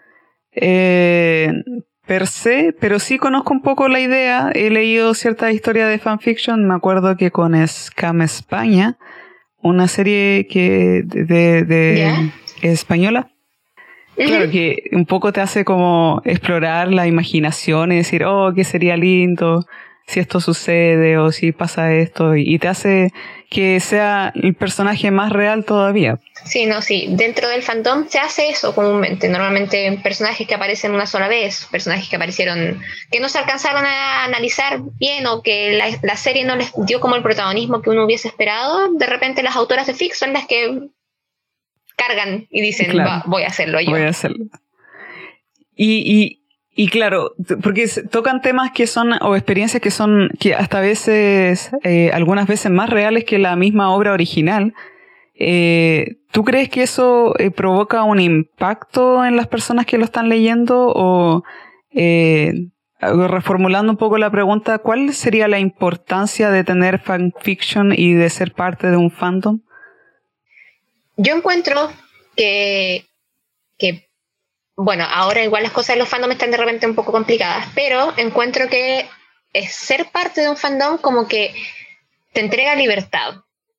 eh, per se, pero sí conozco un poco la idea. He leído ciertas historias de fanfiction. Me acuerdo que con Scam España, una serie que de, de ¿Ya? española, uh-huh. Claro, que un poco te hace como explorar la imaginación y decir, oh, qué sería lindo si esto sucede o si pasa esto, y te hace que sea el personaje más real todavía. Sí, no, sí. Dentro del fandom se hace eso comúnmente. Normalmente personajes que aparecen una sola vez, personajes que aparecieron, que no se alcanzaron a analizar bien o que la, la serie no les dio como el protagonismo que uno hubiese esperado, de repente las autoras de fic son las que cargan y dicen, claro, Va, voy a hacerlo yo. Voy a hacerlo. Y... y Y claro, porque tocan temas que son, o experiencias que son, que hasta veces, eh, algunas veces más reales que la misma obra original. Eh, ¿Tú crees que eso eh, provoca un impacto en las personas que lo están leyendo? O, eh, reformulando un poco la pregunta, ¿cuál sería la importancia de tener fanfiction y de ser parte de un fandom? Yo encuentro que, que bueno, ahora igual las cosas de los fandom están de repente un poco complicadas, pero encuentro que es ser parte de un fandom como que te entrega libertad.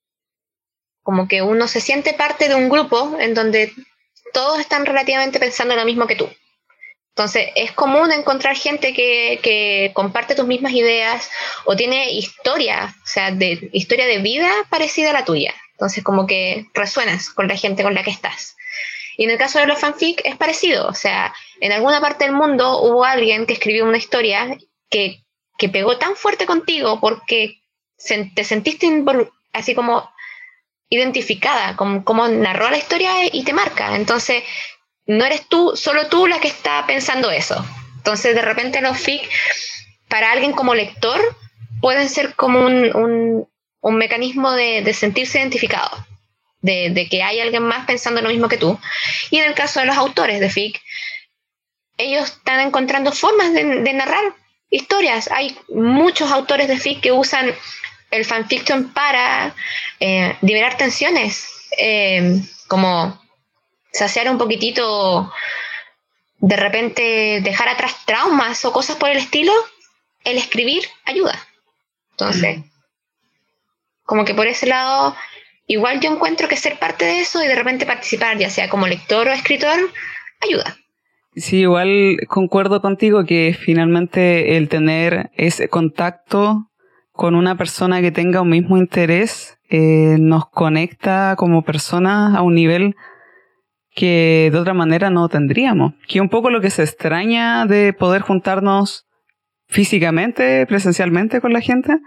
Como que uno se siente parte de un grupo en donde todos están relativamente pensando lo mismo que tú. Entonces, es común encontrar gente que, que comparte tus mismas ideas o tiene historia, o sea, de, historia de vida parecida a la tuya. Entonces, como que resuenas con la gente con la que estás. Y en el caso de los fanfic es parecido, o sea, en alguna parte del mundo hubo alguien que escribió una historia que, que pegó tan fuerte contigo porque se, te sentiste invol- así como identificada, como, como narró la historia y te marca. Entonces, no eres tú, solo tú la que está pensando eso. Entonces, de repente los fic, para alguien como lector, pueden ser como un, un, un mecanismo de, de sentirse identificado. De, de que hay alguien más pensando lo mismo que tú. Y en el caso de los autores de fic, ellos están encontrando formas de, de narrar historias. Hay muchos autores de fic que usan el fanfiction para eh, liberar tensiones, eh, como saciar un poquitito, de repente dejar atrás traumas o cosas por el estilo. El escribir ayuda. Entonces, como que por ese lado... Igual yo encuentro que ser parte de eso y de repente participar, ya sea como lector o escritor, ayuda. Sí, igual concuerdo contigo que finalmente el tener ese contacto con una persona que tenga un mismo interés eh, nos conecta como personas a un nivel que de otra manera no tendríamos. Que un poco lo que se extraña de poder juntarnos físicamente, presencialmente con la gente.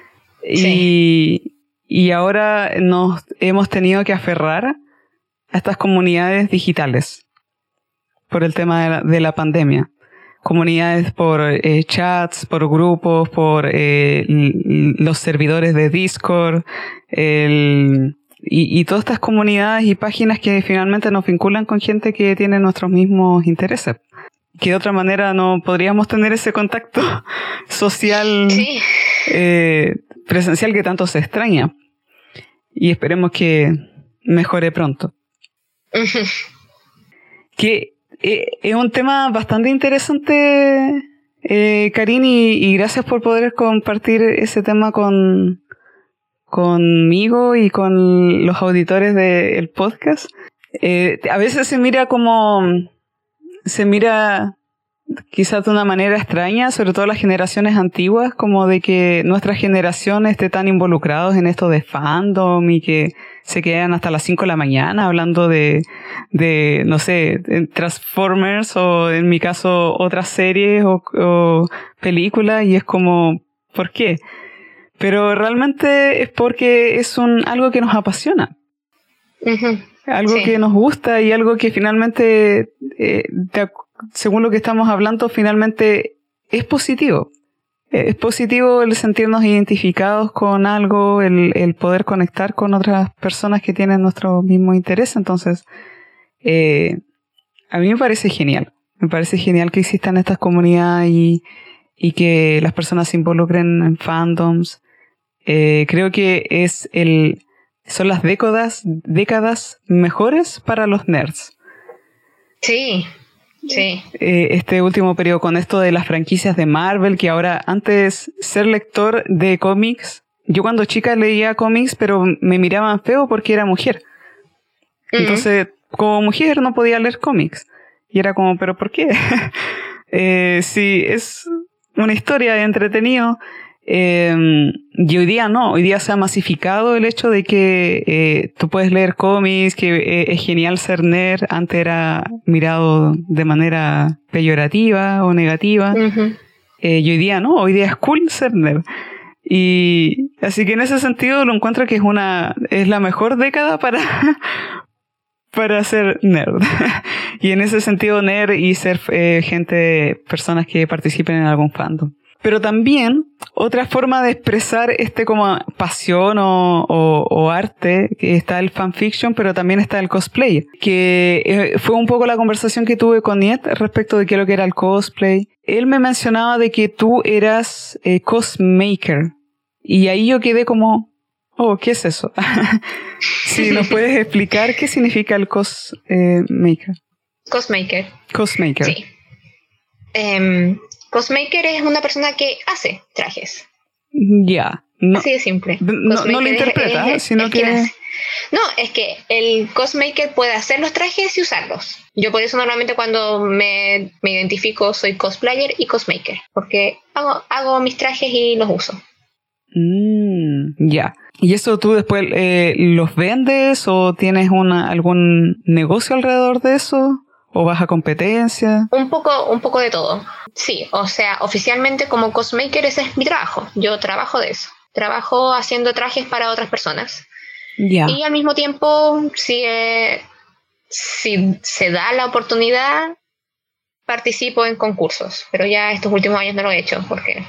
Sí. Y... Y ahora nos hemos tenido que aferrar a estas comunidades digitales por el tema de la, de la pandemia. Comunidades por eh, chats, por grupos, por eh, los servidores de Discord, el, y, y todas estas comunidades y páginas que finalmente nos vinculan con gente que tiene nuestros mismos intereses. Que de otra manera no podríamos tener ese contacto social, sí. eh, presencial que tanto se extraña. Y esperemos que mejore pronto. que eh, es un tema bastante interesante, eh, Karin, y, y gracias por poder compartir ese tema con conmigo y con los auditores del podcast. Eh, a veces se mira como, se mira quizás de una manera extraña, sobre todo las generaciones antiguas, como de que nuestra generación esté tan involucrados en esto de fandom y que se quedan hasta las cinco de la mañana hablando de, de no sé, Transformers o en mi caso otras series o, o películas, y es como, ¿por qué? Pero realmente es porque es un algo que nos apasiona. Uh-huh. Algo sí. que nos gusta y algo que finalmente, eh, de, según lo que estamos hablando, finalmente es positivo. Es positivo el sentirnos identificados con algo, el, el poder conectar con otras personas que tienen nuestro mismo interés. Entonces, eh, a mí me parece genial. Me parece genial que existan estas comunidades y, y que las personas se involucren en fandoms. Eh, creo que es el son las décadas décadas mejores para los nerds. Sí, sí. Eh, este último periodo con esto de las franquicias de Marvel, que ahora antes ser lector de cómics, yo cuando chica leía cómics, pero me miraban feo porque era mujer. Uh-huh. Entonces, como mujer no podía leer cómics. Y era como, ¿pero por qué? eh, sí, es una historia de entretenido. Eh, y hoy día no, hoy día se ha masificado el hecho de que eh, tú puedes leer cómics, que eh, es genial ser nerd. Antes era mirado de manera peyorativa o negativa. Uh-huh. eh, y hoy día no, hoy día es cool ser nerd. Y así que en ese sentido lo encuentro que es una es la mejor década para para ser nerd. Y en ese sentido nerd y ser eh, gente, personas que participen en algún fandom. Pero también otra forma de expresar este como pasión o, o, o arte, que está el fanfiction, pero también está el cosplay, que fue un poco la conversación que tuve con Niet respecto de qué es lo que era el cosplay. Él me mencionaba de que tú eras eh, cosmaker, y ahí yo quedé como, oh, ¿qué es eso? Si nos puedes explicar qué significa el cosmaker. Cosmaker. Cosmaker. Sí. Um... Cosmaker es una persona que hace trajes. Ya. Yeah, no, así de simple. No, no lo interpreta, es, es, sino es que... No, es que el cosmaker puede hacer los trajes y usarlos. Yo por eso normalmente cuando me, me identifico soy cosplayer y cosmaker, porque hago, hago mis trajes y los uso. Mm, ya. Yeah. ¿Y eso tú después eh, los vendes o tienes una, algún negocio alrededor de eso? ¿O vas a competencia? Un poco, un poco de todo. Sí, o sea, oficialmente como cosmaker ese es mi trabajo. Yo trabajo de eso. Trabajo haciendo trajes para otras personas. Yeah. Y al mismo tiempo, si, eh, si se da la oportunidad, participo en concursos. Pero ya estos últimos años no lo he hecho porque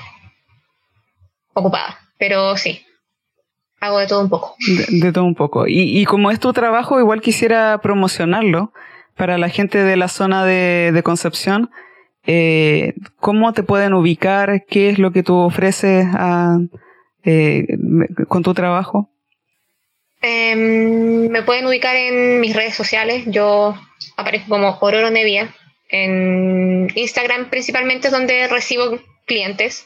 ocupada. Pero sí, hago de todo un poco. De, de todo un poco. Y, y como es tu trabajo, igual quisiera promocionarlo para la gente de la zona de, de Concepción. Eh, ¿Cómo te pueden ubicar? ¿Qué es lo que tú ofreces a, eh, con tu trabajo? Eh, me pueden ubicar en mis redes sociales. Yo aparezco como Ororo Nevia. En Instagram principalmente es donde recibo clientes.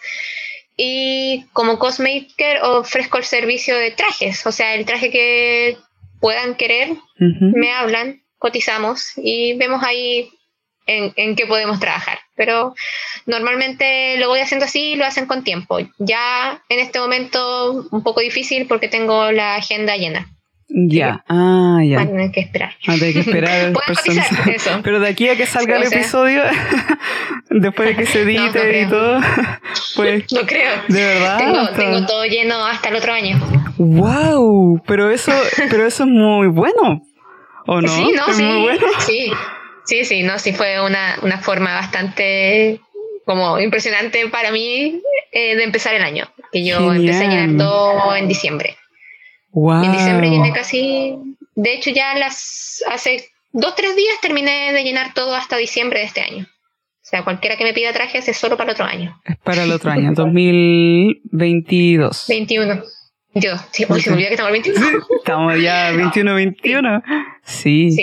Y como cosmaker ofrezco el servicio de trajes. O sea, el traje que puedan querer, uh-huh. me hablan, cotizamos y vemos ahí en, en qué podemos trabajar. Pero normalmente lo voy haciendo así y lo hacen con tiempo. Ya en este momento un poco difícil porque tengo la agenda llena. Ya, ah, ya. Van a tener que esperar. Van a tener que esperar. Pueden cotizar eso. Pero de aquí a que salga sí, el episodio, después de que se edite no, no y todo, pues... No creo. ¿De verdad? Tengo, hasta... tengo todo lleno hasta el otro año. ¡Wow! Pero eso, pero eso es muy bueno, ¿o no? Sí, no, ¿Es sí. muy bueno? Sí, sí, sí, no, sí fue una, una forma bastante como impresionante para mí eh, de empezar el año. Que yo Genial. empecé a llenar todo en diciembre. Wow. En diciembre llené casi, de hecho ya las hace dos, tres días terminé de llenar todo hasta diciembre de este año. O sea, cualquiera que me pida trajes es solo para el otro año. Es para el otro año, dos mil veintidós. veintiuno. Yo, sí, porque se me olvidó que estamos veintiuno. Sí, estamos ya veintiuno, veintiuno. Sí. Sí.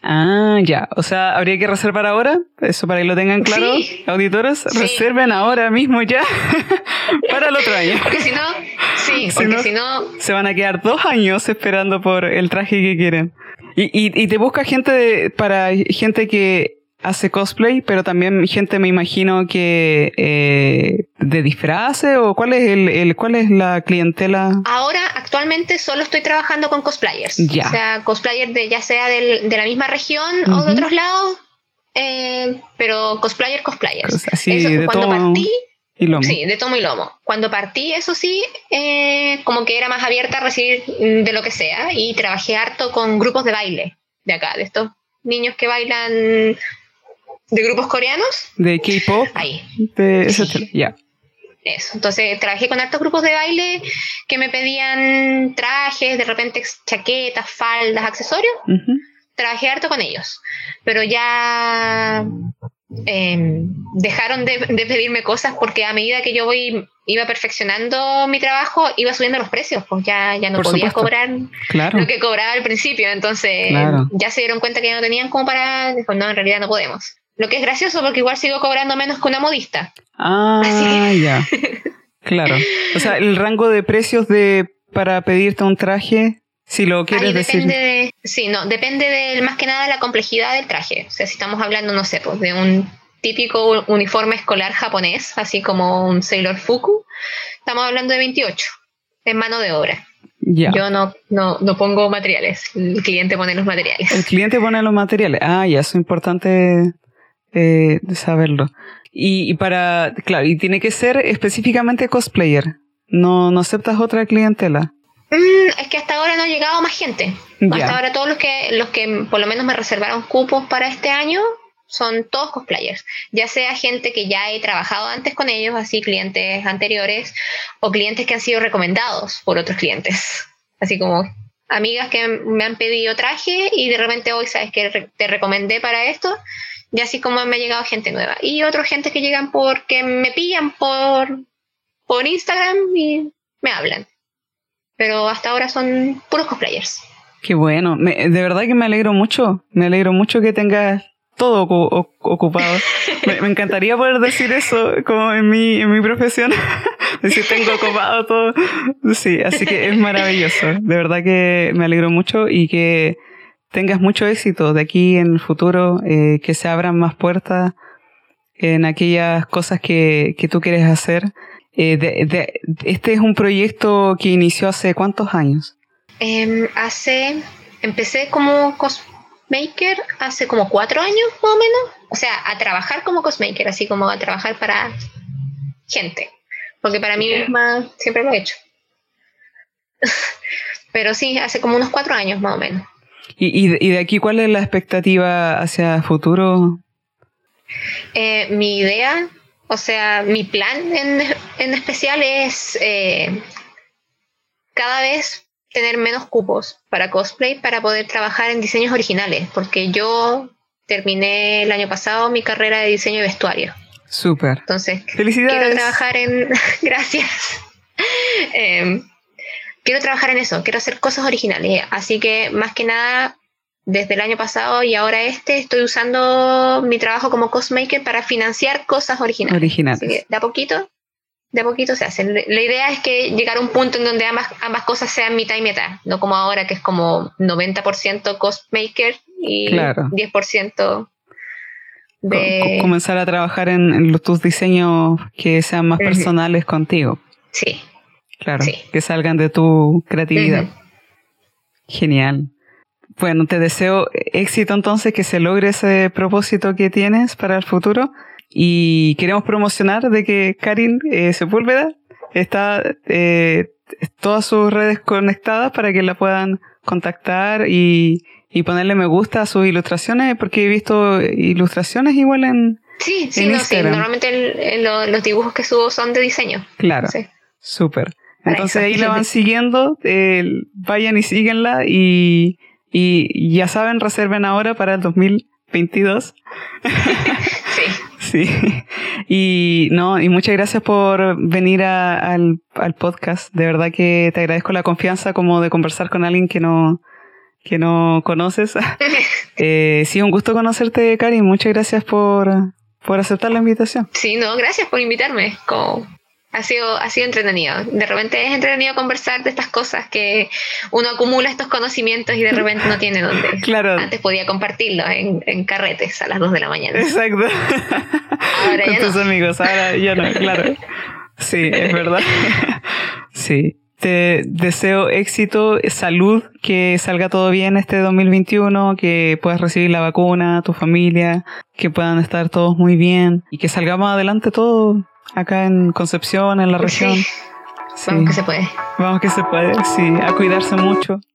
Ah, ya. O sea, habría que reservar ahora. Eso para que lo tengan claro, Sí. auditores. Sí. Reserven ahora mismo ya para el otro año. Porque si no, sí, Si porque no, si no, se van a quedar dos años esperando por el traje que quieren. Y, y, y te busca gente de, para gente que hace cosplay, pero también gente, me imagino, que eh, de disfraces, o cuál es el, el cuál es la clientela. ahora actualmente solo estoy trabajando con cosplayers. Ya. O sea, cosplayers de ya sea del- de la misma región o Ujú. de otros lados, eh, pero cosplayer, cosplayers. Pues así Eso, de cuando tomo partí, y lomo. sí, de tomo y lomo. Cuando partí, eso sí, eh, como que era más abierta a recibir mm, de lo que sea, y trabajé harto con grupos de baile de acá, de estos niños que bailan de grupos coreanos. De K-pop, Ahí, de ese Sí. estilo. Ya. eso. Entonces trabajé con hartos grupos de baile que me pedían trajes, de repente chaquetas, faldas, accesorios. Ujú. Trabajé harto con ellos, pero ya eh, dejaron de, de pedirme cosas porque a medida que yo voy iba perfeccionando mi trabajo, iba subiendo los precios, pues ya, ya no Por podía supuesto. cobrar Claro. lo que cobraba al principio, entonces Claro. ya se dieron cuenta que ya no tenían como para, pues no, en realidad no podemos. Lo que es gracioso porque igual sigo cobrando menos que una modista. Ah, Así ya. Claro. O sea, el rango de precios de para pedirte un traje, si lo quieres Ahí decir. depende de, sí, no, depende de, más que nada de la complejidad del traje. O sea, si estamos hablando, no sé, pues de un típico uniforme escolar japonés, así como un Sailor Fuku, estamos hablando de veintiocho en mano de obra. Ya. Yo no, no, no pongo materiales, el cliente pone los materiales. El cliente pone los materiales. Ah, ya, eso es importante eh, saberlo. Y, y para, claro, y tiene que ser específicamente cosplayer. No, no aceptas otra clientela. Mm, es que hasta ahora no ha llegado más gente. Ya. Hasta ahora todos los que, los que por lo menos me reservaron cupos para este año son todos cosplayers. Ya sea gente que ya he trabajado antes con ellos, así clientes anteriores, o clientes que han sido recomendados por otros clientes. Así como amigas que me han pedido traje y de repente hoy, ¿sabes que te recomendé para esto? Y así como me ha llegado gente nueva. Y otra gente que llegan porque me pillan por, por Instagram y me hablan. Pero hasta ahora son puros cosplayers. Qué bueno. Me, de verdad que me alegro mucho. Me alegro mucho que tengas todo ocu- o- ocupado. me, me encantaría poder decir eso como en mi, en mi profesión. Decir, tengo ocupado todo. Sí, así que es maravilloso. De verdad que me alegro mucho y que tengas mucho éxito de aquí en el futuro, eh, que se abran más puertas en aquellas cosas que, que tú quieres hacer. Eh, de, de, este es un proyecto que inició hace ¿cuántos años? Eh, hace, empecé como cosmaker hace como cuatro años más o menos. O sea, a trabajar como cosmaker, así como a trabajar para gente. Porque para mí misma siempre lo he hecho. Pero sí, hace como unos cuatro años más o menos. ¿Y, y, y de aquí cuál es la expectativa hacia el futuro? Eh, mi idea, o sea, mi plan en, en especial es eh, cada vez tener menos cupos para cosplay para poder trabajar en diseños originales, porque yo terminé el año pasado mi carrera de diseño de vestuario. Súper. Entonces, ¡felicidades! quiero trabajar en... Gracias. eh, quiero trabajar en eso, quiero hacer cosas originales. Así que, más que nada, desde el año pasado y ahora este, estoy usando mi trabajo como cosmaker para financiar cosas originales. Originales. Así que, de a poquito, de a poquito se hacen. La idea es que llegar a un punto en donde ambas, ambas cosas sean mitad y mitad, no como ahora que es como noventa por ciento cosmaker y Claro. diez por ciento de... Co- comenzar a trabajar en, en los, tus diseños que sean más Ujú. personales contigo. Sí. Claro, Sí. que salgan de tu creatividad. Ujú. Genial. Bueno, te deseo éxito entonces, que se logre ese propósito que tienes para el futuro. Y queremos promocionar de que Karin eh, Sepúlveda está eh, todas sus redes conectadas para que la puedan contactar y, y ponerle me gusta a sus ilustraciones, porque he visto ilustraciones igual en... Sí, sí, en no, sí. Instagram. Normalmente el- el- lo- los dibujos que subo son de diseño. Claro, Sí. súper. Para Entonces eso. ahí la van siguiendo, eh, vayan y síguenla y, y ya saben, reserven ahora para el dos mil veintidós. Sí. Sí. Y no, y muchas gracias por venir a- al, al podcast. De verdad que te agradezco la confianza como de conversar con alguien que no, que no conoces. Eh, sí, un gusto conocerte, Cari. Muchas gracias por, por aceptar la invitación. Sí, no, gracias por invitarme. Como ha sido, ha sido entretenido. De repente es entretenido conversar de estas cosas que uno acumula estos conocimientos y de repente no tiene dónde. Claro. Antes podía compartirlos en, en carretes a las dos de la mañana. Exacto. Ahora con ya tus no. amigos, ahora ya no, claro. Sí, es verdad. Sí. Te deseo éxito, salud, que salga todo bien este dos mil veintiuno, que puedas recibir la vacuna, tu familia, que puedan estar todos muy bien y que salgamos adelante todo acá en Concepción, en la región. Sí. Sí. Vamos que se puede. Vamos que se puede, sí, a cuidarse mucho.